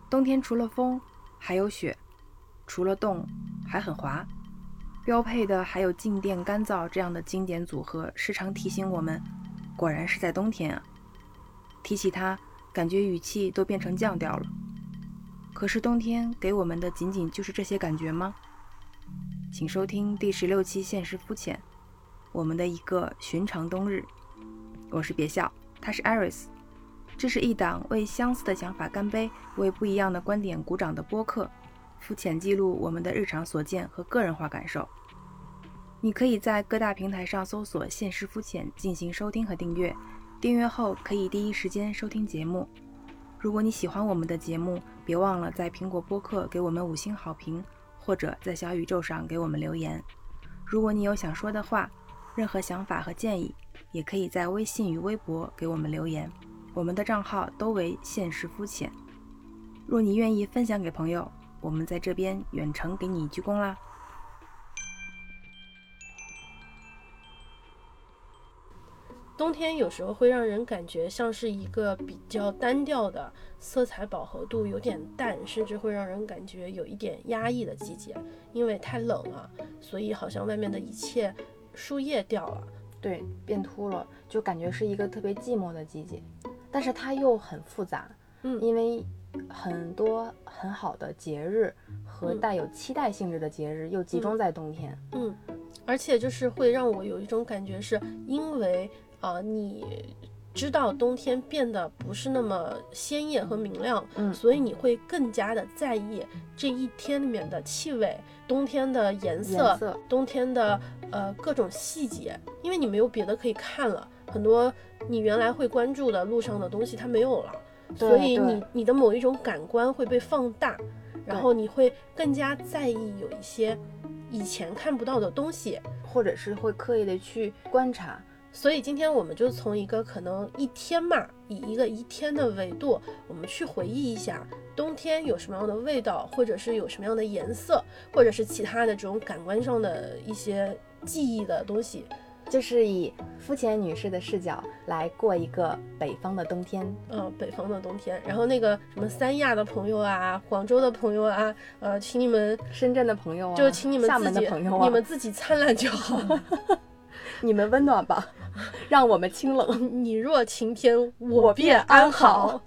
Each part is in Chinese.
冬天除了风还有雪，除了冻还很滑，标配的还有静电干燥这样的经典组合，时常提醒我们果然是在冬天啊。提起它，感觉语气都变成降调了。可是冬天给我们的仅仅就是这些感觉吗？请收听第16期现实肤浅，我们的一个寻常冬日。我是别笑，他是 Iris。 这是一档为相似的想法干杯，为不一样的观点鼓掌的播客，肤浅记录我们的日常所见和个人化感受。你可以在各大平台上搜索现实肤浅进行收听和订阅，订阅后可以第一时间收听节目。如果你喜欢我们的节目，别忘了在苹果播客给我们5星好评，或者在小宇宙上给我们留言。如果你有想说的话，任何想法和建议，也可以在微信与微博给我们留言，我们的账号都为现实肤浅。若你愿意分享给朋友，我们在这边远程给你一鞠躬啦。 冬天有时候会让人感觉像是一个比较单调的，色彩饱和度有点淡，甚至会让人感觉有一点压抑的季节。因为太冷了，所以好像外面的一切树叶掉了， 对，变秃了，就感觉是一个特别寂寞的季节。但是它又很复杂，因为很多很好的节日和带有期待性质的节日又集中在冬天。 而且就是会让我有一种感觉，是因为你知道冬天变得不是那么鲜艳和明亮，所以你会更加的在意这一天里面的气味，冬天的颜色，冬天的各种细节，因为你没有别的可以看了，很多你原来会关注的路上的东西它没有了，所以你的某一种感官会被放大，然后你会更加在意有一些以前看不到的东西， 或者是会刻意的去观察。 所以今天我们就从一个可能一天嘛，以一个一天的维度，我们去回忆一下冬天有什么样的味道，或者是有什么样的颜色，或者是其他的这种感官上的一些记忆的东西， 就是以肤浅女士的视角来过一个北方的冬天。 北方的冬天。然后那个什么三亚的朋友啊，广州的朋友啊，请你们深圳的朋友啊， 就请你们厦门的朋友啊， 你们自己灿烂就好你们温暖吧，让我们清冷。 你若晴天，我便安好。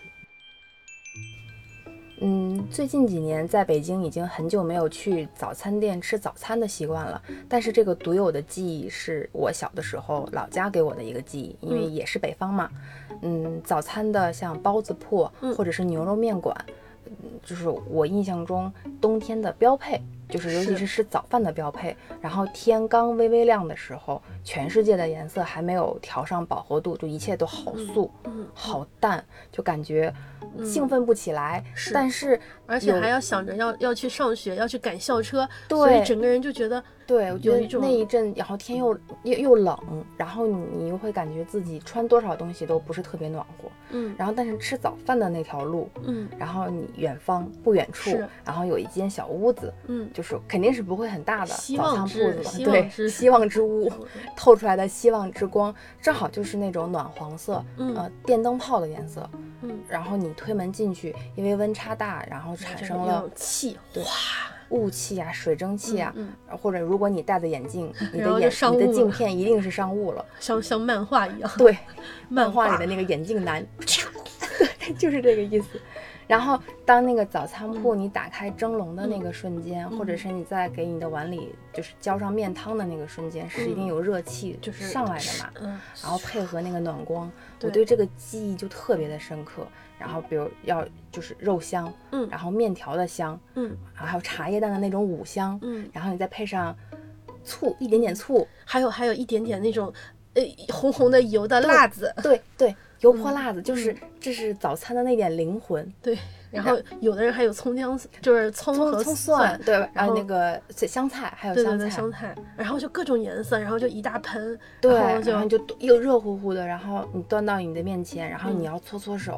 最近几年在北京已经很久没有去早餐店吃早餐的习惯了，但是这个独有的记忆是我小的时候老家给我的一个记忆，因为也是北方嘛。早餐的像包子铺或者是牛肉面馆，就是我印象中冬天的标配，就是尤其是吃早饭的标配。然后天刚微微亮的时候，全世界的颜色还没有调上饱和度，就一切都好素，好淡，就感觉兴奋不起来。但是而且还要想着要去上学，要去赶校车，所以整个人就觉得， 对，我觉得那一阵，然后天又冷，然后你又会感觉自己穿多少东西都不是特别暖和。然后但是吃早饭的那条路，然后你远方不远处，然后有一间小屋子，就是肯定是不会很大的早餐铺子了，对，希望之屋透出来的希望之光，正好就是那种暖黄色，电灯泡的颜色。然后你推门进去，因为温差大，然后产生了气， 对，雾气啊，水蒸气啊，或者如果你戴着眼镜，你的镜片一定是商务了， 像漫画一样。 对，漫画里的那个眼镜男，就是这个意思。然后当那个早餐铺你打开蒸笼的那个瞬间，或者是你在给你的碗里就是浇上面汤的那个瞬间，是一定有热气就是上来的嘛。然后配合那个暖光，我对这个记忆就特别的深刻。然后比如要就是肉香，然后面条的香，然后还有茶叶蛋的那种五香，然后你再配上醋，一点点醋， 还有一点点那种红红的油的辣子， 对，油泼辣子，就是这是早餐的那点灵魂。 对，然后有的人还有葱姜，就是葱和蒜，对，然后那个香菜，还有香菜，然后就各种颜色，然后就一大盆， 对，然后就又热乎乎的，然后你端到你的面前，然后你要搓搓手，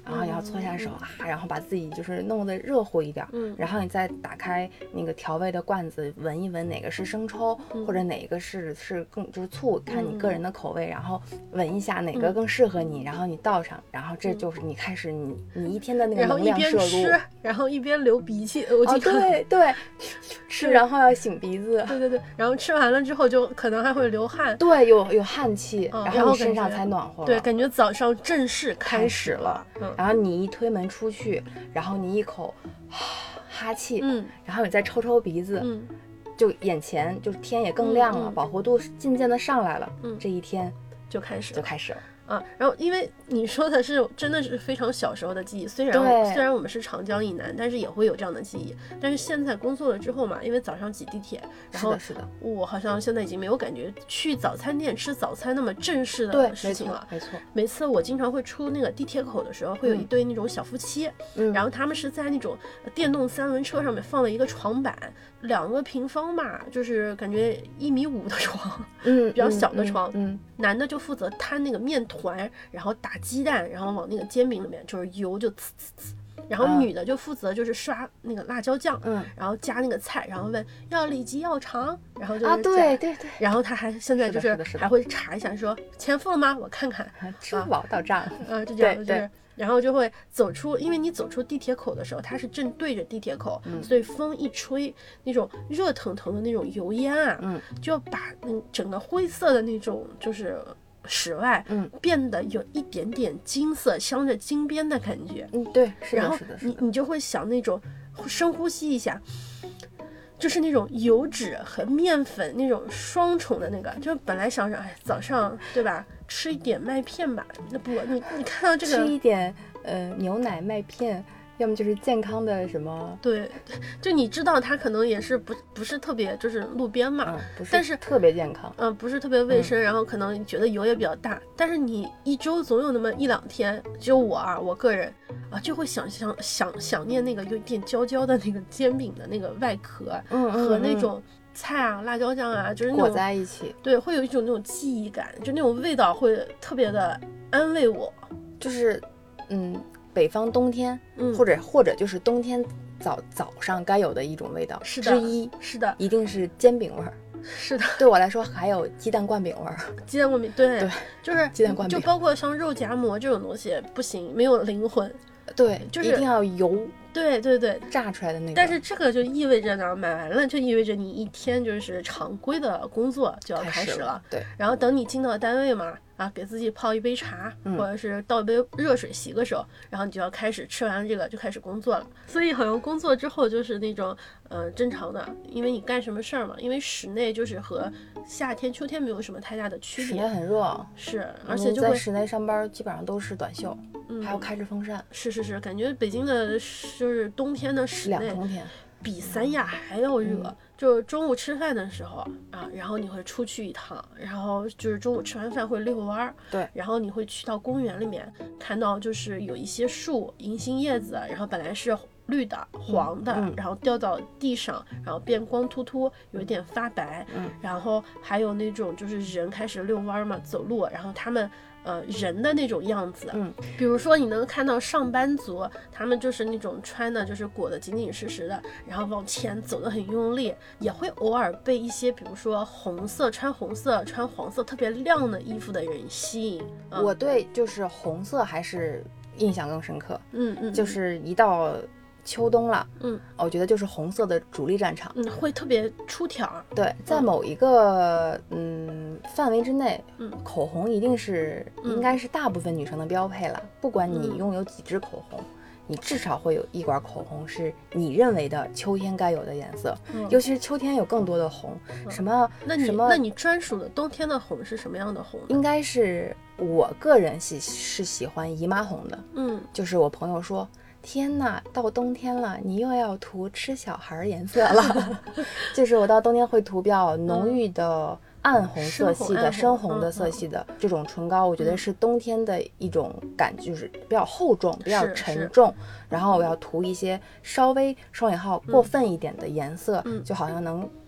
然后你要搓一下手然后把自己就是弄得热乎一点，然后你再打开那个调味的罐子，闻一闻哪个是生抽，或者哪个是更就是醋，看你个人的口味，然后闻一下哪个更适合你，然后你倒上，然后这就是你开始你一天的那个能量摄入， 然后一边吃，然后一边流鼻涕，我经常对吃然后要擤鼻子， 对，然后吃完了之后就可能还会流汗， 对，有汗气， 然后你身上才暖和了， 对，感觉早上正式开始了， 然后你一推门出去，然后你一口哈气，然后你再抽鼻子，就眼前就是天也更亮了，饱和度渐渐的上来了，这一天就开始了。然后因为你说的是真的是非常小时候的记忆，虽然我们是长江以南，但是也会有这样的记忆。但是现在工作了之后嘛，因为早上挤地铁，然后是的， 我好像现在已经没有感觉去早餐店吃早餐那么正式的事情了。 没错。 每次我经常会出那个地铁口的时候，会有一对那种小夫妻，然后他们是在那种电动三轮车上面放了一个床板，2个平方嘛，就是感觉1.5米的床，比较小的床，男的就负责摊那个面团，然后打鸡蛋，然后往那个煎饼里面就是油就呲，然后女的就负责就是刷那个辣椒酱，然后加那个菜，然后问要里脊要肠，然后就是对， 然后他还现在就是还会查一下说钱付了吗？我看看， 支付宝到账， 就这样就是。然后就会走出，因为你走出地铁口的时候，它是正对着地铁口，所以风一吹，那种热腾腾的那种油烟就要把整个灰色的那种就是室外变得有一点点金色，镶着金边的感觉。 对，是的， 然后你就会想那种深呼吸一下。就是那种油脂和面粉那种双重的那个，就本来想着早上对吧，吃一点麦片吧，那不你看到这个吃一点牛奶麦片，要么就是健康的什么， 对，就你知道它可能也是不是特别就是路边嘛，但是特别健康， 不是特别卫生，然后可能觉得油也比较大，但是你一周总有那么1-2天，就我个人就会想念那个有点焦焦的那个煎饼的那个外壳，和那种菜啊辣椒酱啊，就是那种裹在一起， 对，会有一种那种记忆感，就那种味道会特别的安慰我， 就是北方冬天，或者就是冬天早上该有的一种味道是的之一， 是的， 一定是煎饼味儿。 是的， 对我来说还有鸡蛋灌饼味儿。 鸡蛋灌饼，对，就是鸡蛋灌饼， 就包括像肉夹馍这种东西不行，没有灵魂。 对， 就是一定要油。 对， 炸出来的那个。 但是这个就意味着呢，买完了就意味着你一天就是常规的工作就要开始了。 对， 然后等你进到单位嘛，给自己泡一杯茶，或者是倒一杯热水洗个手，然后你就要开始吃完了这个就开始工作了。所以好像工作之后就是那种正常的，因为你干什么事儿嘛，因为室内就是和夏天秋天没有什么太大的区别。 室内很热， 是，而且就会在室内上班基本上都是短袖，还要开着风扇。 是，感觉北京的就是冬天的室内比三亚还要热。就中午吃饭的时候然后你会出去一趟，然后就是中午吃完饭会遛弯儿， 对， 然后你会去到公园里面看到就是有一些树银杏叶子，然后本来是绿的黄的，然后掉到地上，然后变光秃秃，有一点发白，然后还有那种就是人开始遛弯嘛，走路，然后他们人的那种样子，比如说你能看到上班族，他们就是那种穿的就是裹得紧紧实实的，然后往前走得很用力，也会偶尔被一些比如说穿红色穿黄色特别亮的衣服的人吸引。 我对就是红色还是印象更深刻，就是一到秋冬了，我觉得就是红色的主力战场， 会特别出挑。 对，在某一个范围之内，口红一定是应该是大部分女生的标配了。不管你拥有几支口红，你至少会有一管口红是你认为的秋天该有的颜色，尤其是秋天有更多的红， 那你专属的冬天的红是什么样的红？ 应该是我个人是喜欢姨妈红的，就是我朋友说。天呐，到冬天了，你又要涂吃小孩颜色了。就是我到冬天会涂比较浓郁的暗红色系的、深红的色系的这种唇膏，我觉得是冬天的一种感，就是比较厚重、比较沉重。然后我要涂一些稍微双引号过分一点的颜色，就好像能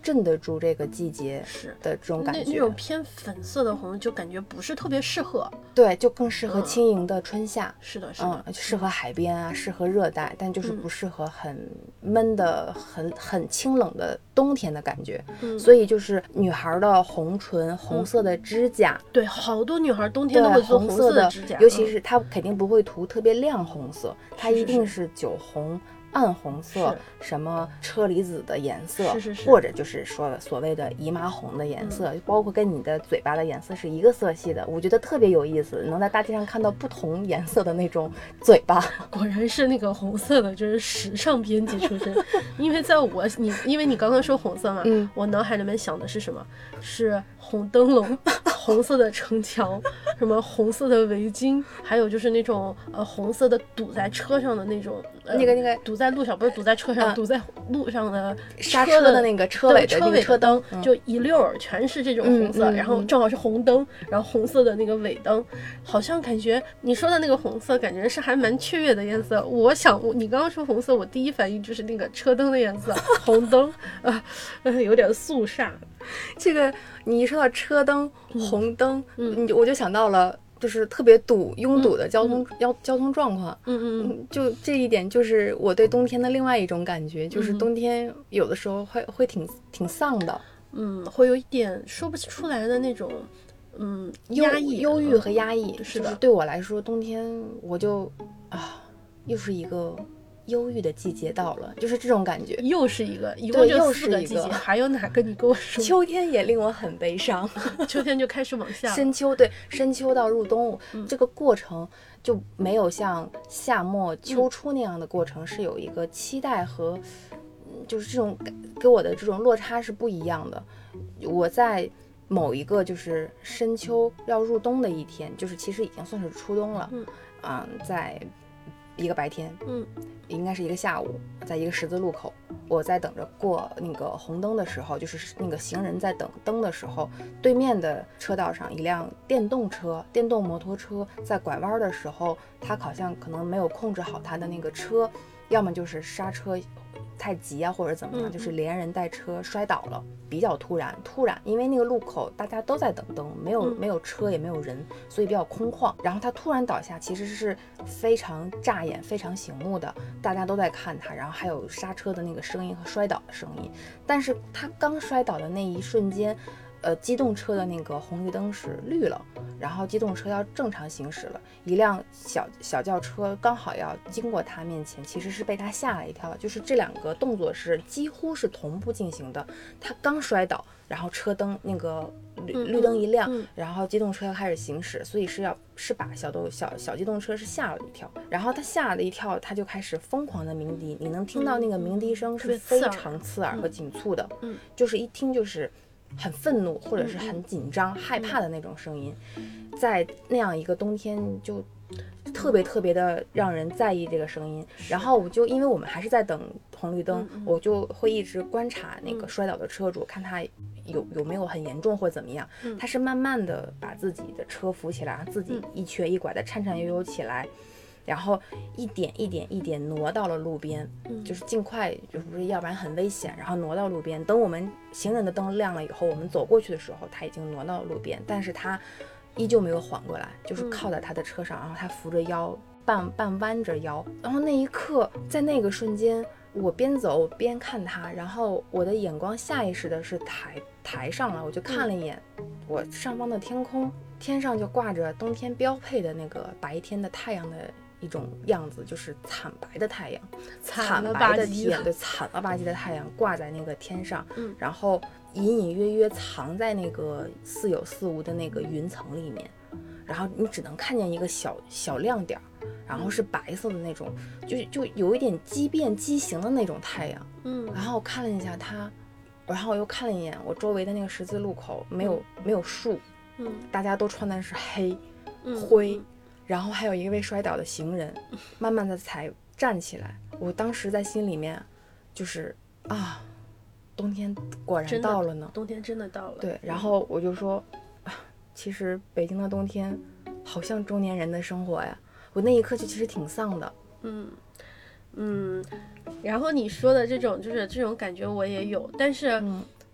镇得住这个季节的这种感觉。 那种偏粉色的红就感觉不是特别适合， 对，就更适合轻盈的春夏。 是的，是的， 适合海边啊，适合热带，但就是不适合很闷的、很清冷的冬天的感觉。所以就是女孩的红唇、红色的指甲， 对，好多女孩冬天都会做红色的指甲， 尤其是她肯定不会涂特别亮红色，她一定是酒红。暗红色，什么车厘子的颜色，或者就是说所谓的姨妈红的颜色，包括跟你的嘴巴的颜色是一个色系的，我觉得特别有意思，能在大街上看到不同颜色的那种嘴巴。 果然是那个红色的，就是时尚编辑出身。因为因为你刚刚说红色嘛，我脑海里面想的是什么？是红灯笼、红色的城墙，什么红色的围巾，还有就是那种红色的堵在车上的那种那个堵在路上，不是堵在车上，堵在路上的刹车的那个车尾的那个车灯， 就一溜儿全是这种红色，然后正好是红灯，然后红色的那个尾灯，好像感觉你说的那个红色感觉是还蛮雀跃的颜色。我想你刚刚说红色，我第一反应就是那个车灯的颜色，红灯，有点肃杀。 这个你一说到车灯、红灯，我就想到了。就是特别拥堵的交通状况，就这一点就是我对冬天的另外一种感觉，就是冬天有的时候会挺丧的， 会有一点说不出来的那种，压抑、 忧郁和压抑。 是的， 就是对我来说，冬天我就又是一个忧郁的季节到了，就是这种感觉。 又是一个，一共就4个季节，还有哪个你跟我说？ 秋天也令我很悲伤， 秋天就开始往下。 深秋到入冬，这个过程就没有像夏末秋初那样的过程是有一个期待和，就是这种给我的这种落差是不一样的。我在某一个就是深秋要入冬的一天，就是其实已经算是初冬了，在一个白天，应该是一个下午，在一个十字路口，我在等着过那个红灯的时候，就是那个行人在等灯的时候，对面的车道上一辆电动摩托车在拐弯的时候，他好像可能没有控制好他的那个车，要么就是刹车太急啊，或者怎么样，就是连人带车摔倒了，比较突然，因为那个路口大家都在等灯，没有车也没有人，所以比较空旷。然后他突然倒下，其实是非常扎眼、非常醒目的，大家都在看他，然后还有刹车的那个声音和摔倒的声音。但是他刚摔倒的那一瞬间，机动车的那个红绿灯是绿了，然后机动车要正常行驶了，一辆小轿车刚好要经过他面前，其实是被他吓了一跳，就是这两个动作是几乎是同步进行的。他刚摔倒，然后车灯那个绿灯一亮，然后机动车要开始行驶，所以是把小机动车是吓了一跳，然后他吓了一跳，他就开始疯狂的鸣笛，你能听到那个鸣笛声是非常刺耳和紧促的，就是一听就是很愤怒或者是很紧张害怕的那种声音，在那样一个冬天就特别的让人在意这个声音。然后我就因为我们还是在等红绿灯，我就会一直观察那个摔倒的车主，看他有没有很严重或怎么样。他是慢慢的把自己的车扶起来，自己一瘸一拐的颤颤悠悠起来，然后一点挪到了路边，就是尽快，就是要不然很危险，然后挪到路边。等我们行人的灯亮了以后，我们走过去的时候，他已经挪到了路边，但是他依旧没有缓过来，就是靠在他的车上，然后他扶着腰，半弯着腰。然后那一刻，在那个瞬间，我边走边看他，然后我的眼光下意识的是抬上了，我就看了一眼我上方的天空，天上就挂着冬天标配的那个白天的太阳的一种样子，就是惨白的太阳，惨白的天，对，惨了吧唧的太阳挂在那个天上，然后隐隐约约藏在那个似有似无的那个云层里面，然后你只能看见一个小亮点，然后是白色的那种，就有一点畸变畸形的那种太阳，然后我看了一下它，然后我又看了一眼我周围的那个十字路口，没有树，大家都穿的是黑灰。然后还有一位摔倒的行人，慢慢的才站起来。我当时在心里面，就是冬天果然到了呢， 冬天真的到了。 对，然后我就说，其实北京的冬天好像中年人的生活呀。我那一刻就其实挺丧的。 然后你说的这种就是这种感觉我也有，但是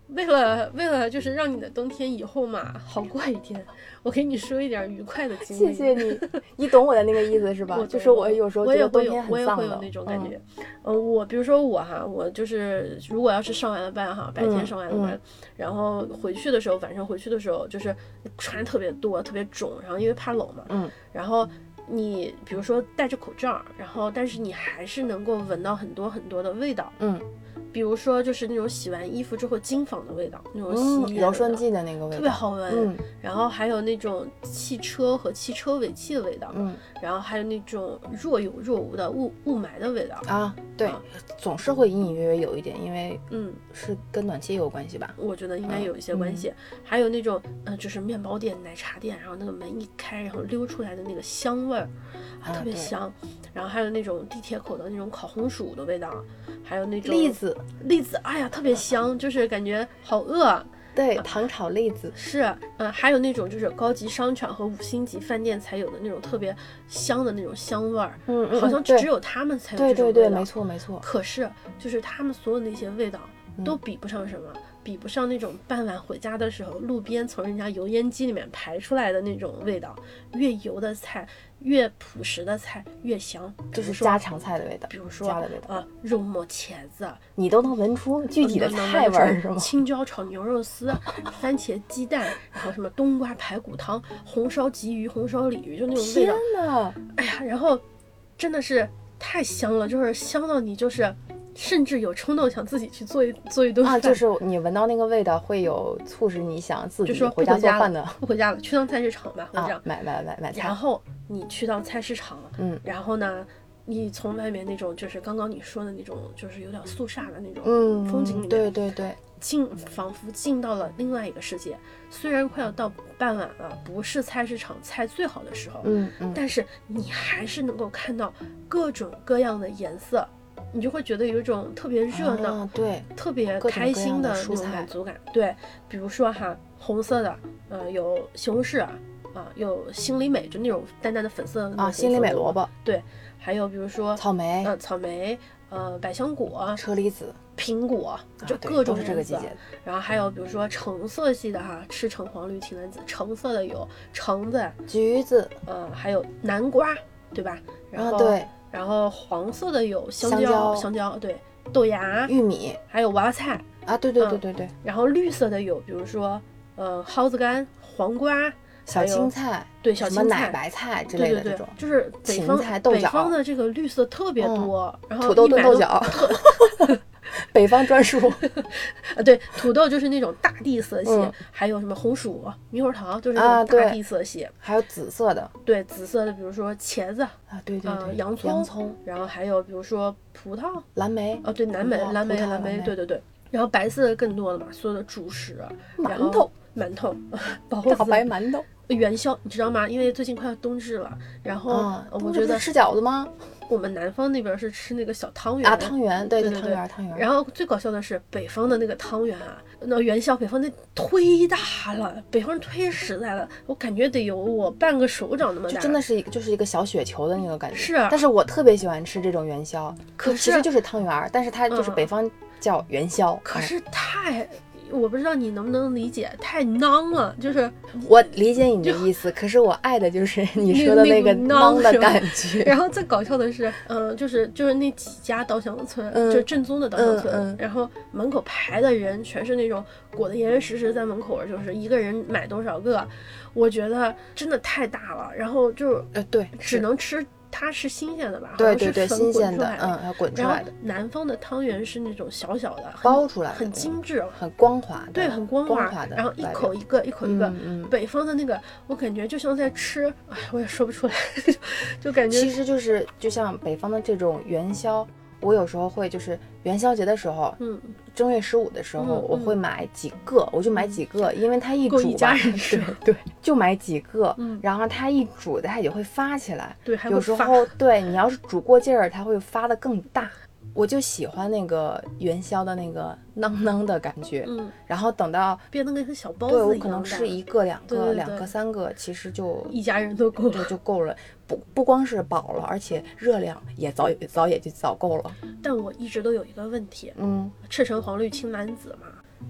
为了就是让你的冬天以后嘛好过一点，我给你说一点愉快的经历。 谢谢你，你懂我的那个意思是吧？就是我有时候觉得冬天很丧我也会有那种感觉。我比如说我就是如果要是上完了班哈，白天上完了班，然后回去的时候，晚上回去的时候就是穿特别多，特别肿，然后因为怕冷嘛，然后你比如说戴着口罩，然后但是你还是能够闻到很多很多的味道，比如说就是那种洗完衣服之后精纺的味道，那种洗衣柔顺剂的那个味道特别好闻，然后还有那种汽车和汽车尾气的味道，然后还有那种若有若无的雾霾的味道啊，对，总是会隐隐约约有一点，因为是跟暖气有关系吧？ 我觉得应该有一些关系。还有那种就是面包店、奶茶店，然后那个门一开，然后溜出来的那个香味儿特别香。然后还有那种地铁口的那种烤红薯的味道，还有那种栗子， 哎呀，特别香，就是感觉好饿。 对，糖炒栗子是，还有那种就是高级商场和5星级饭店才有的那种特别香的那种香味儿，好像只有他们才有这种味道。 对，没错。 可是就是他们所有那些味道都比不上什么，比不上那种傍晚回家的时候，路边从人家油烟机里面排出来的那种味道。越油的菜，越朴实的菜越香， 就是家常菜的味道。 比如说家的味道肉末茄子， 你都能闻出具体的菜味儿是吗？ 青椒炒牛肉丝，番茄鸡蛋，然后什么冬瓜排骨汤，红烧鲫鱼、红烧鲤鱼，就那种味道。 天哪！ 哎呀，然后真的是太香了，就是香到你就是甚至有冲动想自己去做一顿饭就是你闻到那个味道会有促使你想自己回家做饭的。 不回家了，去趟菜市场吧，或者买菜。 然后你去到菜市场，然后呢，你从外面那种就是刚刚你说的那种，就是有点肃杀的那种风景里面， 对， 仿佛进到了另外一个世界。虽然快要到傍晚了，不是菜市场菜最好的时候，但是你还是能够看到各种各样的颜色。你就会觉得有一种特别热闹， 对， 特别开心的那种满足感。对，比如说红色的，有西红柿有心里美，就那种淡淡的粉色心里美萝卜。 对，还有比如说草莓， 百香果、 车厘子、 苹果，就各种都是这个季节。 然后还有比如说橙色系的赤橙黄绿青蓝紫，橙色的有橙子、 橘子， 还有南瓜，对吧？然后对。 然后黄色的有香蕉，对，豆芽、 玉米， 还有娃娃菜对。 然后绿色的有，比如说蒿子干、黄瓜、 小青菜， 对，小青菜、 什么奶白菜之类的这种， 就是北方的这个绿色特别多，然后土豆炖豆角。北方专属对，土豆就是那种大地色系，还有什么红薯、猕猴桃，就是那种大地色系， 还有紫色的， 对，紫色的，比如说茄子对， 洋葱，然后还有比如说葡萄、 蓝莓， 对，蓝莓，对，然后白色的更多了嘛，所有的主食， 馒头， 大白馒头， 元宵，你知道吗？因为最近快要冬至了，然后我觉得吃饺子吗？ 我们南方那边是吃那个小汤圆汤圆，对，汤圆。 然后最搞笑的是北方的那个汤圆那元宵北方那忒大了，北方忒实在了，我感觉得有我半个手掌那么大， 就真的是就是一个小雪球的那个感觉。 是， 但是我特别喜欢吃这种元宵，其实就是汤圆，但是它就是北方叫元宵。 可是我不知道你能不能理解，太囊了，就是我理解你的意思，可是我爱的就是你说的那个囊的感觉。 然后最搞笑的是，就是那几家稻香村，就正宗的稻香村，然后门口排的人全是那种裹得严严实实，在门口就是一个人买多少个，我觉得真的太大了，然后就对， 只能吃。它是新鲜的吧？ 对，新鲜的，要滚出来的。 南方的汤圆是那种小小的， 包出来的， 很精致， 很光滑。 对，很光滑的。 然后一口一个。北方的那个，我感觉就像在吃，我也说不出来，就感觉。 其实就像北方的这种元宵，我有时候会就是元宵节的时候，正月15的时候，我会买几个，我就买几个，因为它一煮吧， 够一家人吃， 对，就买几个，然后它一煮它也会发起来， 对， 有时候对你要是煮过劲儿，它会发得更大。我就喜欢那个元宵的那个囊的感觉，然后等到变得跟小包子一样， 对，我可能吃1个、2个、2个、3个，其实就一家人都够了， 对，就够了。不光是饱了，而且热量也早够了。 但我一直都有一个问题，赤橙黄绿青蓝紫嘛，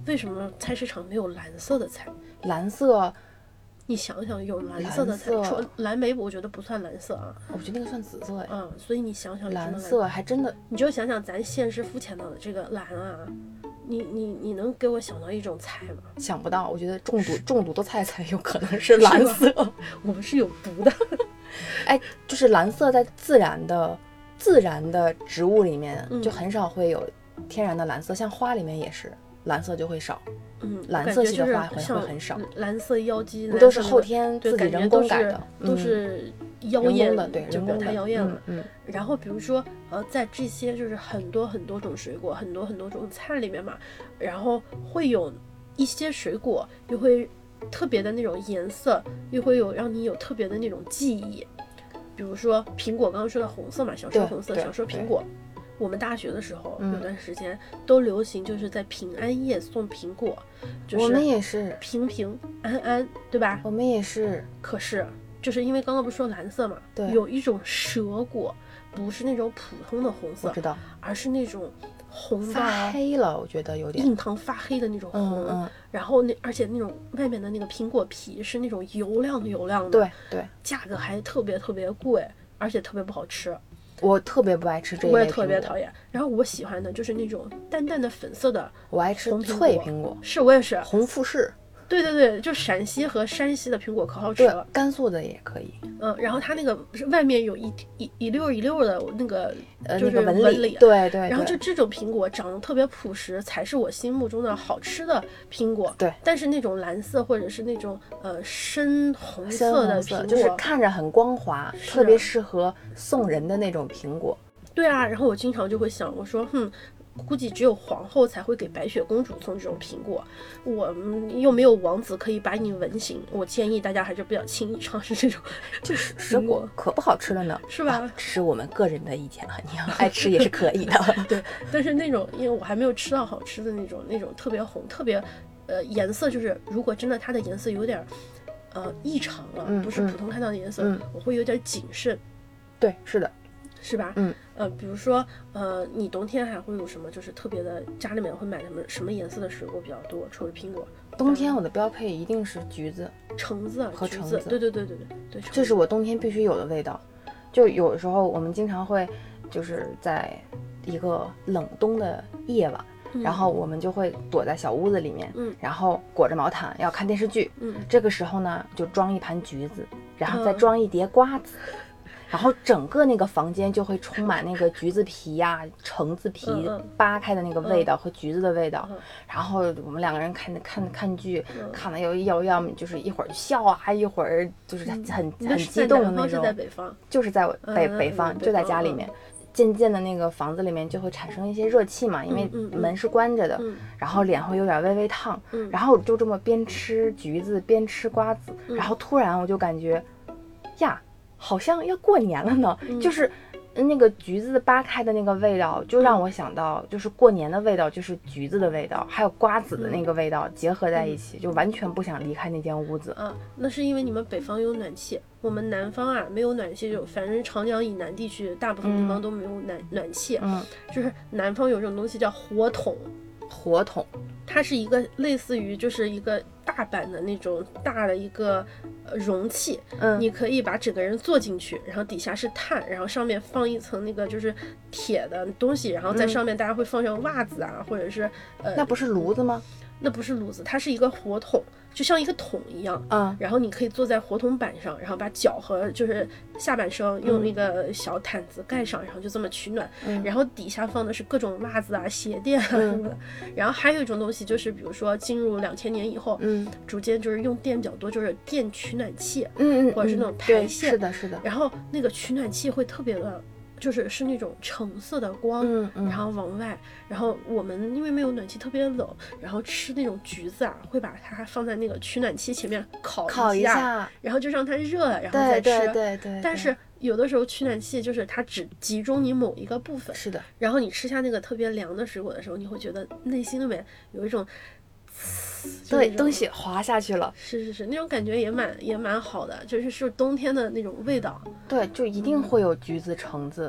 为什么菜市场没有蓝色的菜？ 蓝色， 你想想，有蓝色的菜，除蓝莓我觉得不算蓝色啊， 我觉得那个算紫色哎。 所以你想想， 蓝色还真的， 你就想想咱现实肤浅的这个蓝啊，你能给我想到一种菜吗？ 想不到，我觉得中毒的菜才有可能是蓝色。 我们是有毒的。 哎，就是蓝色在自然的植物里面就很少会有天然的蓝色，像花里面也是蓝色就会少。蓝色系的花会很少。 蓝色妖姬不都是后天自己人工改的， 都是妖艳的，对， 就表太妖艳了。 然后比如说在这些就是很多很多种水果，很多很多种菜里面嘛，然后会有一些水果又会特别的那种颜色，又会有让你有特别的那种记忆。比如说苹果，刚刚说到红色嘛，小说红色，小说苹果。我们大学的时候有段时间都流行就是在平安夜送苹果，就是我们也是平平安安，对吧？ 我们也是。 可是就是因为刚刚不是说蓝色嘛， 对， 有一种蛇果不是那种普通的红色， 我知道， 而是那种红到发黑了，我觉得有点印堂发黑的那种红。然后而且那种外面的那个苹果皮是那种油亮的， 对， 价格还特别特别贵，而且特别不好吃。 我特别不爱吃这一类苹果， 我也特别讨厌。然后我喜欢的就是那种淡淡的粉色的， 我爱吃脆苹果， 是我也是红富士。 对，就陕西和山西的苹果可好吃了， 甘肃的也可以。 然后它那个外面有一溜一溜的那个就是纹理，对。 然后就这种苹果长得特别朴实，才是我心目中的好吃的苹果。 对， 但是那种蓝色或者是那种深红色的苹果， 就是看着很光滑，特别适合送人的那种苹果。 对啊，然后我经常就会想，我说估计只有皇后才会给白雪公主送这种苹果，我又没有王子可以把你吻醒，我建议大家还是不要轻易尝试这种。 这水果可不好吃了呢， 是吧？ 这是我们个人的意见了，你要爱吃也是可以的。 对，但是那种因为我还没有吃到好吃的那种特别红，特别颜色就是如果真的它的颜色有点异常了，不是普通看到的颜色，我会有点谨慎。 对，是的。 是吧？比如说，你冬天还会有什么就是特别的，家里面会买什么颜色的水果比较多？除了苹果， 冬天我的标配一定是橘子、 橙子和橙子。 对， 这是我冬天必须有的味道。就有时候我们经常会就是在一个冷冬的夜晚，然后我们就会躲在小屋子里面，然后裹着毛毯要看电视剧。这个时候呢，就装一盘橘子，然后再装一碟瓜子。然后整个那个房间就会充满那个橘子皮呀、橙子皮扒开的那个味道和橘子的味道。然后我们两个人看剧，看了要么就是一会儿笑啊，一会儿就是很激动的那种。 是在北方， 就是在北方，就在家里面。渐渐的那个房子里面就会产生一些热气嘛，因为门是关着的，然后脸会有点微微烫，然后就这么边吃橘子边吃瓜子，然后突然我就感觉呀，好像要过年了呢，就是那个橘子扒开的那个味道，就让我想到就是过年的味道，就是橘子的味道，还有瓜子的那个味道结合在一起，就完全不想离开那间屋子。 那是因为你们北方有暖气，我们南方啊没有暖气，就反正长江以南地区大部分地方都没有暖气。就是南方有这种东西叫火筒。它是一个类似于就是一个大版的那种大的一个容器，你可以把整个人坐进去，然后底下是炭，然后上面放一层那个就是铁的东西，然后在上面大家会放上袜子啊，或者是那不是炉子吗？ 那不是炉子，它是一个火筒，就像一个桶一样，然后你可以坐在火筒板上，然后把脚和就是下半身用那个小毯子盖上，然后就这么取暖，然后底下放的是各种袜子啊、鞋垫啊什么的。然后还有一种东西就是，比如说进入2000年以后，逐渐就是用电比较多，就是电取暖器，或者是那种排线， 是的。 然后那个取暖器会特别的。是那种橙色的光，然后往外，然后我们因为没有暖气特别冷，然后吃那种橘子啊，会把它放在那个取暖器前面烤一下，然后就让它热了，然后再吃。对。但是有的时候取暖器就是它只集中你某一个部分， 是的。然后你吃下那个特别凉的水果的时候，你会觉得内心里面有一种。 对，东西滑下去了， 是那种感觉也蛮好的，就是冬天的那种味道。 对，就一定会有橘子、橙子，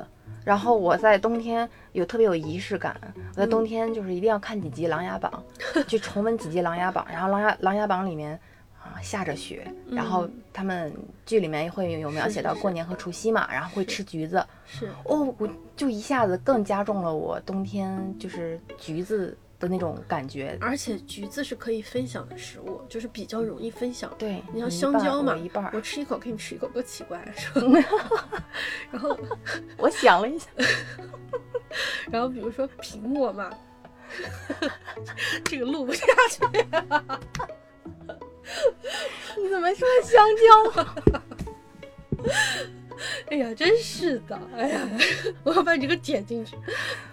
然后我在冬天特别有仪式感，我在冬天就是一定要看几集《琅琊榜》，去重温几集《琅琊榜》，然后琅琊榜里面下着雪，然后他们剧里面会有描写到过年和除夕嘛，然后会吃橘子，我就一下子更加重了我冬天就是橘子的那种感觉。 而且橘子是可以分享的食物，就是比较容易分享。 对， 你像香蕉嘛， 一半我吃一口给你吃一口，多奇怪是吧？然后我想了一下， 然后比如说苹果嘛，这个录不下去。 你怎么说香蕉？ 哎呀，真是的！哎呀，我要把你这个剪进去。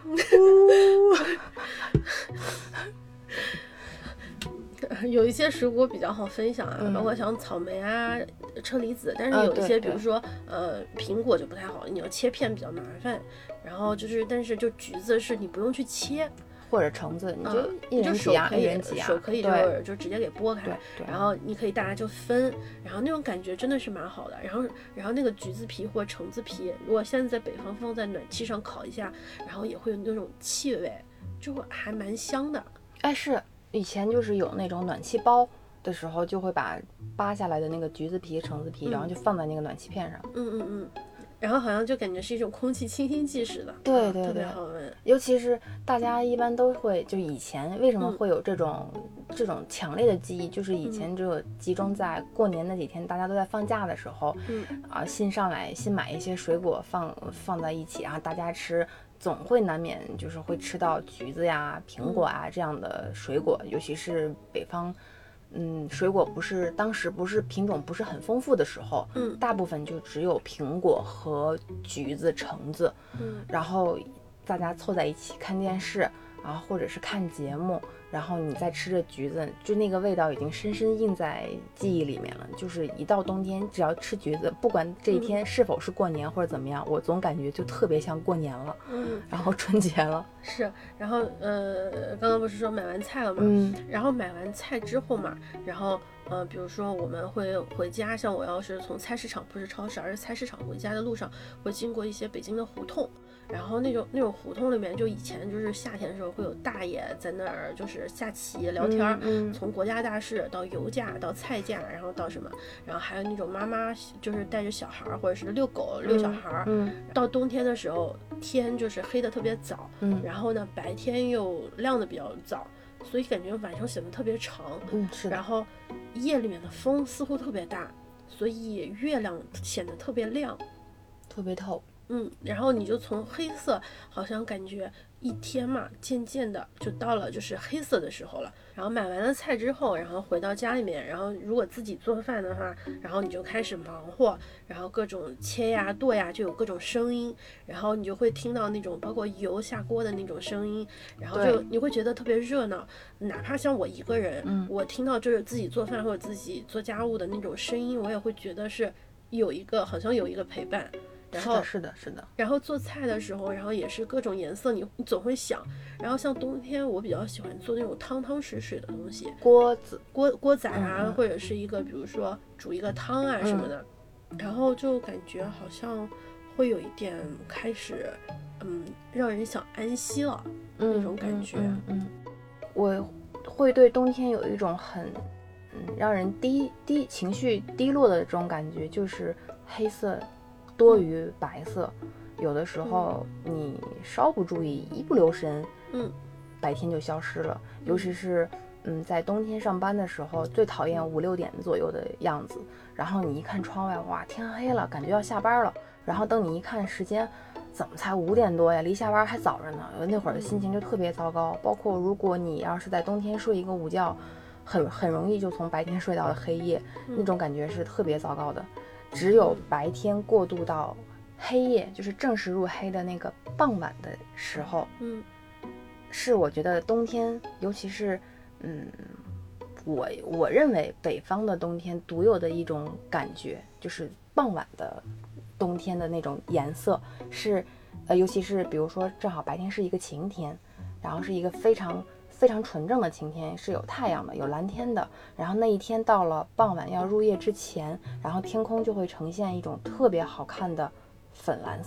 有一些水果比较好分享啊，包括像草莓啊、车厘子，但是有一些，比如说苹果就不太好，你要切片比较麻烦。然后就是，但是就橘子是你不用去切。 或者橙子，你就一人几样， 手可以就直接给剥开，然后你可以大家就分，然后那种感觉真的是蛮好的。然后那个橘子皮或橙子皮，如果现在在北方放在暖气上烤一下，然后也会有那种气味，就还蛮香的。 哎，是以前就是有那种暖气包的时候，就会把扒下来的那个橘子皮、橙子皮，然后就放在那个暖气片上。 然后好像就感觉是一种空气清新剂似的， 对， 特别好闻。 尤其是大家一般都会，就以前为什么会有这种强烈的记忆，就是以前只有集中在过年那几天，大家都在放假的时候，新买一些水果放在一起，然后大家吃，总会难免就是会吃到橘子呀、苹果啊这样的水果，尤其是北方。水果当时不是品种不是很丰富的时候，大部分就只有苹果和橘子、橙子，然后大家凑在一起看电视，然后或者是看节目，然后你再吃着橘子，就那个味道已经深深印在记忆里面了。就是一到冬天，只要吃橘子，不管这一天是否是过年或者怎么样，我总感觉就特别像过年了，然后春节了。 是，然后刚刚不是说买完菜了嘛，然后买完菜之后嘛，然后比如说我们会回家，像我要是从菜市场，不是超市，而是菜市场回家的路上，会经过一些北京的胡同。然后那种胡同里面，就以前就是夏天的时候会有大爷在那儿就是下棋聊天，从国家大事到油价到菜价，然后到什么，然后还有那种妈妈就是带着小孩或者是遛狗遛小孩，到冬天的时候天就是黑的特别早，然后呢白天又亮的比较早，所以感觉晚上显得特别长， 是的。 然后夜里面的风似乎特别大，所以月亮显得特别亮， 特别透。 然后你就从黑色，好像感觉一天嘛，渐渐的就到了就是黑色的时候了。然后买完了菜之后，然后回到家里面，然后如果自己做饭的话，然后你就开始忙活，然后各种切呀剁呀，就有各种声音，然后你就会听到那种包括油下锅的那种声音，然后就你会觉得特别热闹。哪怕像我一个人，我听到就是自己做饭或者自己做家务的那种声音，我也会觉得是好像有一个陪伴。然后是的。 然后做菜的时候，然后也是各种颜色，你总会想。然后像冬天，我比较喜欢做那种汤汤水水的东西，锅仔啊，或者是一个比如说煮一个汤啊什么的。然后就感觉好像会有一点开始，让人想安息了那种感觉。 我会对冬天有一种很让人情绪低落的这种感觉，就是黑色多于白色，有的时候你稍不注意，一不留神，白天就消失了。尤其是在冬天上班的时候，最讨厌5、6点左右的样子。然后你一看窗外，哇，天黑了，感觉要下班了。然后等你一看时间，怎么才5点多呀？离下班还早着呢。那会儿的心情就特别糟糕。包括如果你要是在冬天睡一个午觉，很容易就从白天睡到了黑夜，那种感觉是特别糟糕的。只有白天过渡到黑夜，就是正式入黑的那个傍晚的时候，是我觉得冬天，尤其是我认为北方的冬天独有的一种感觉，就是傍晚的冬天的那种颜色是尤其是比如说正好白天是一个晴天，然后是一个非常非常纯正的晴天，是有太阳的，有蓝天的。然后那一天到了傍晚要入夜之前，然后天空就会呈现一种特别好看的粉蓝色，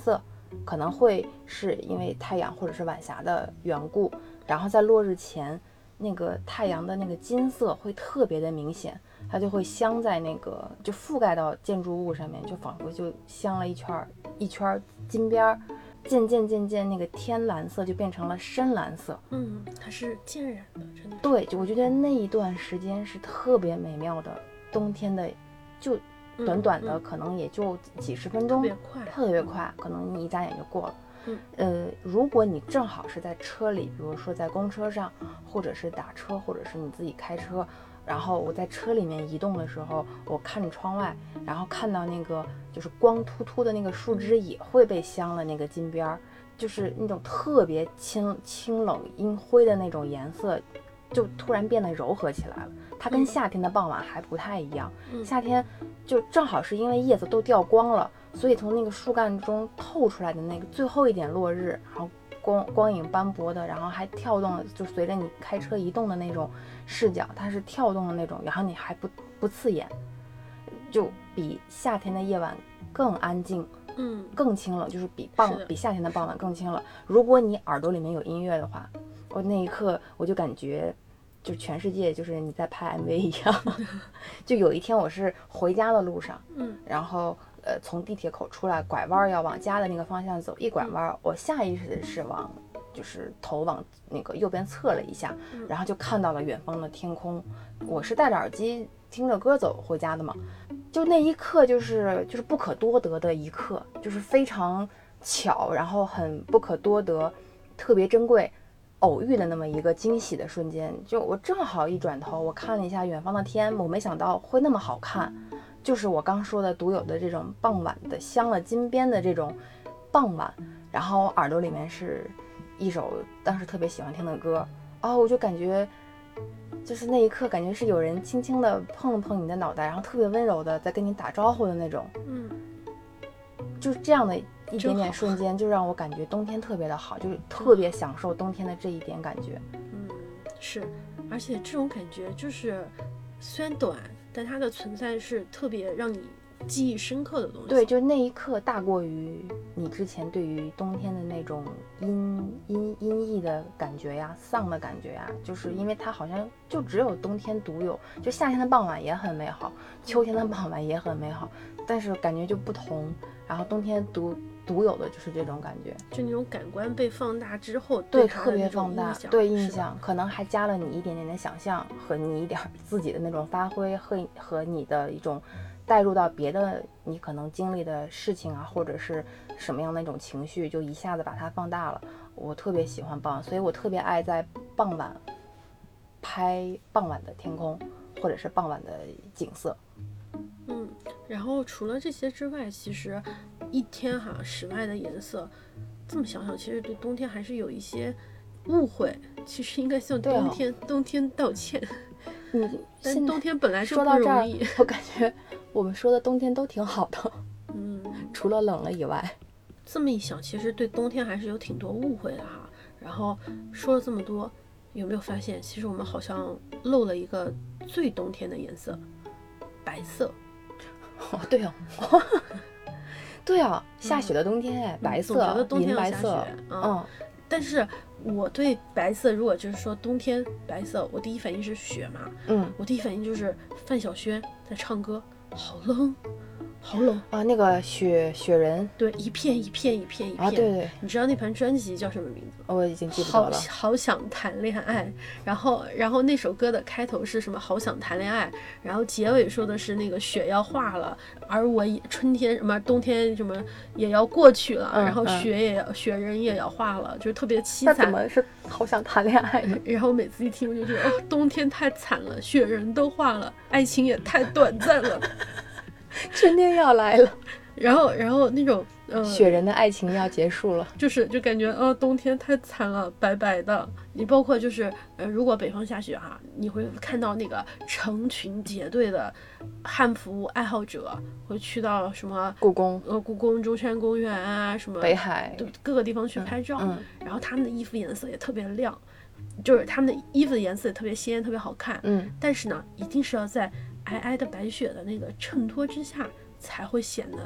可能会是因为太阳或者是晚霞的缘故，然后在落日前那个太阳的那个金色会特别的明显，它就会镶在那个就覆盖到建筑物上面，就仿佛就镶了一圈金边儿。渐渐那个天蓝色就变成了深蓝色， 它是渐染的，真的。 对，就我觉得那一段时间是特别美妙的，冬天的，就短短的可能也就几十分钟，特别快，可能你一眨眼就过了。如果你正好是在车里，比如说在公车上，或者是打车，或者是你自己开车，然后我在车里面移动的时候，我看着窗外，然后看到那个就是光秃秃的那个树枝也会被镶了那个金边儿，就是那种特别清冷阴灰的那种颜色，就突然变得柔和起来了。它跟夏天的傍晚还不太一样，夏天就正好是因为叶子都掉光了，所以从那个树干中透出来的那个最后一点落日，然后光影斑驳的，然后还跳动，就随着你开车移动的那种视角，它是跳动的那种，然后你还不刺眼，就比夏天的夜晚更安静，更清冷，就是比夏天的傍晚更清冷。如果你耳朵里面有音乐的话，我那一刻我就感觉就全世界就是你在拍 MV 一样。就有一天我是回家的路上，然后从地铁口出来，拐弯要往家的那个方向走，一拐弯我下意识的是就是头往那个右边侧了一下，然后就看到了远方的天空。我是戴着耳机听着歌走回家的嘛，就那一刻就是不可多得的一刻，就是非常巧，然后很不可多得，特别珍贵，偶遇的那么一个惊喜的瞬间。就我正好一转头，我看了一下远方的天，我没想到会那么好看，就是我刚说的独有的这种傍晚的镶了金边的这种傍晚，然后耳朵里面是一首当时特别喜欢听的歌，我就感觉就是那一刻感觉是有人轻轻的碰了碰你的脑袋，然后特别温柔的在跟你打招呼的那种，就是这样的一点点瞬间就让我感觉冬天特别的好，就是特别享受冬天的这一点感觉。 是，而且这种感觉就是虽然短，但它的存在是特别让你记忆深刻的东西。 对，就那一刻大过于你之前对于冬天的那种阴翳的感觉呀，丧的感觉呀，就是因为它好像就只有冬天独有，就夏天的傍晚也很美好，秋天的傍晚也很美好，但是感觉就不同，然后冬天独有的就是这种感觉， 就那种感官被放大之后， 对，特别放大，对，印象可能还加了你一点点的想象和你一点自己的那种发挥和你的一种带入到别的你可能经历的事情啊，或者是什么样的一种情绪，就一下子把它放大了。我特别喜欢傍晚，所以我特别爱在傍晚拍傍晚的天空或者是傍晚的景色。 然后除了这些之外，其实一天室外的颜色，这么想想，其实对冬天还是有一些误会，其实应该向冬天道歉。但冬天本来就不容易。 我感觉我们说的冬天都挺好的，除了冷了以外。 这么一想，其实对冬天还是有挺多误会的哈。然后说了这么多，有没有发现，其实我们好像漏了一个最冬天的颜色——白色。 对哦，对啊，下雪的冬天，白色， 觉得冬天银白色， 但是我对白色，如果就是说冬天白色，我第一反应是雪嘛，我第一反应就是范晓萱在唱歌，好冷，好冷啊！那个雪人， 对，一片啊， 对， 你知道那盘专辑叫什么名字？ 我已经记不得了。 好想谈恋爱，然后那首歌的开头是什么？好想谈恋爱，然后结尾说的是那个雪要化了，而我春天什么冬天什么也要过去了，然后雪人也要化了，就是特别凄惨。 那怎么是好想谈恋爱呢？ 然后每次一听我就觉得，冬天太惨了，雪人都化了，爱情也太短暂了。 春天要来了， 然后那种雪人的爱情要结束了， 就感觉冬天太惨了，白白的。你包括就是如果北方下雪你会看到那个成群结队的汉服爱好者会去到什么故宫、 中山公园啊，什么北海各个地方去拍照，然后他们的衣服颜色也特别亮，就是他们的衣服的颜色也特别鲜，特别好看。但是呢，一定是要在皑皑的白雪的那个衬托之下，才会显得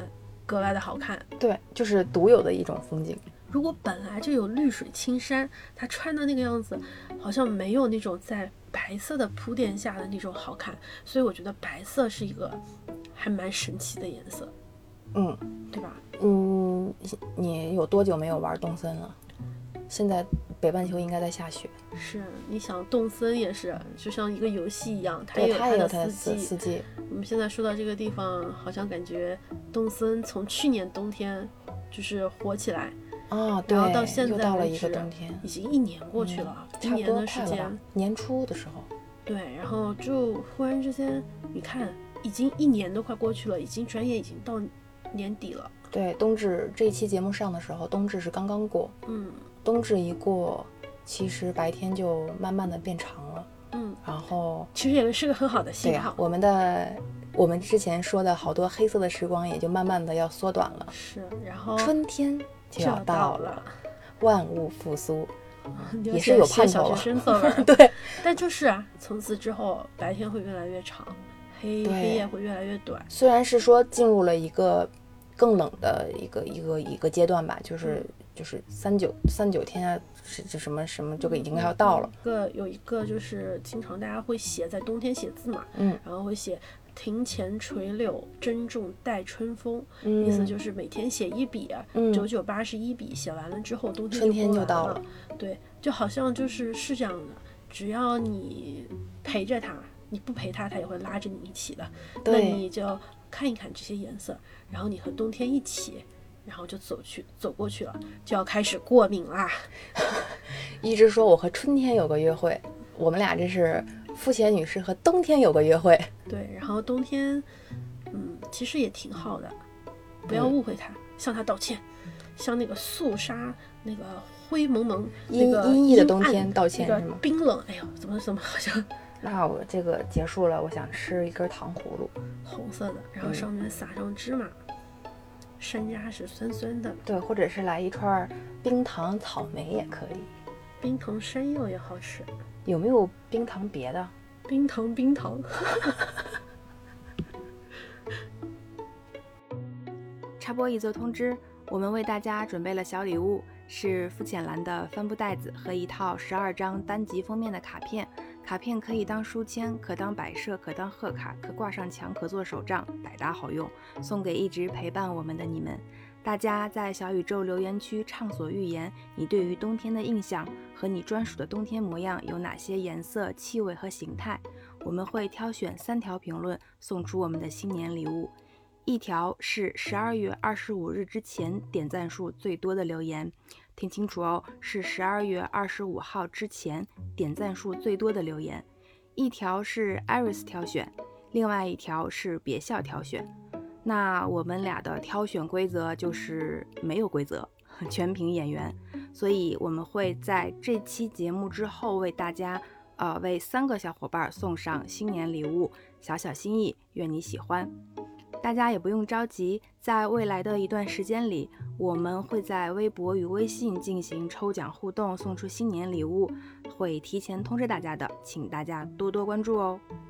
格外的好看。 对，就是独有的一种风景。 如果本来就有绿水青山，它穿的那个样子好像没有那种在白色的铺垫下的那种好看，所以我觉得白色是一个还蛮神奇的颜色，对吧？ 你有多久没有玩动森了？现在北半球应该在下雪。 是，你想动森也是就像一个游戏一样，它也有它的四季。 我们现在说到这个地方，好像感觉动森从去年冬天就是火起来对， 然后到现在又到了一个冬天， 已经1年过去了，1年的时间， 年初的时候。 对，然后就忽然之间，你看，已经1年都快过去了，转眼已经到年底了。 对，冬至这一期节目上的时候，冬至是刚刚过。冬至一过，其实白天就慢慢的变长了。然后其实也是个很好的信号。 我们之前说的好多黑色的时光也就慢慢的要缩短了。 是，然后春天就要到了，万物复苏， 也是有盼头小学生作文。 对， 但就是从此之后，白天会越来越长，黑夜会越来越短。 虽然是说进入了一个更冷的一个阶段吧，就是39天啊，是什么这个已经要到了。 有一个就是经常大家会写在冬天写字嘛，然后会写庭前垂柳，珍重待春风，意思就是每天写1笔，991笔，写完了之后冬天春天就到了。 对，就好像是这样的，只要你陪着它，你不陪它，它也会拉着你一起的。那你就看一看这些颜色，然后你和冬天一起，然后就走过去了，就要开始过敏啦。 一直说我和春天有个约会，我们俩这是肤浅女士和冬天有个约会。 对，然后冬天其实也挺好的，不要误会它，向它道歉，向那个肃杀那个灰蒙蒙阴翳的冬天道歉，是吗？ 冰冷，哎呦，怎么好像。 那我这个结束了，我想吃一根糖葫芦， 红色的，然后上面撒上芝麻，山楂是酸酸的。 对，或者是来一串冰糖草莓也可以。 冰糖山药也好吃。 有没有冰糖别的？ 冰糖。 插播一则通知，我们为大家准备了小礼物，是肤浅蓝的帆布袋子和一套12张单集封面的卡片。卡片可以当书签，可当摆设，可当贺卡，可挂上墙，可做手账，百搭好用，送给一直陪伴我们的你们。大家在小宇宙留言区畅所欲言，你对于冬天的印象和你专属的冬天模样有哪些颜色、气味和形态？我们会挑选3条评论，送出我们的新年礼物。一条是12月25日之前点赞数最多的留言，听清楚哦，是12月25号之前点赞数最多的留言。一条是 Iris 挑选，另外一条是别笑挑选。那我们俩的挑选规则就是没有规则，全凭眼缘，所以我们会在这期节目之后为大家为3个小伙伴送上新年礼物，小小心意，愿你喜欢。大家也不用着急，在未来的一段时间里，我们会在微博与微信进行抽奖互动，送出新年礼物，会提前通知大家的，请大家多多关注哦。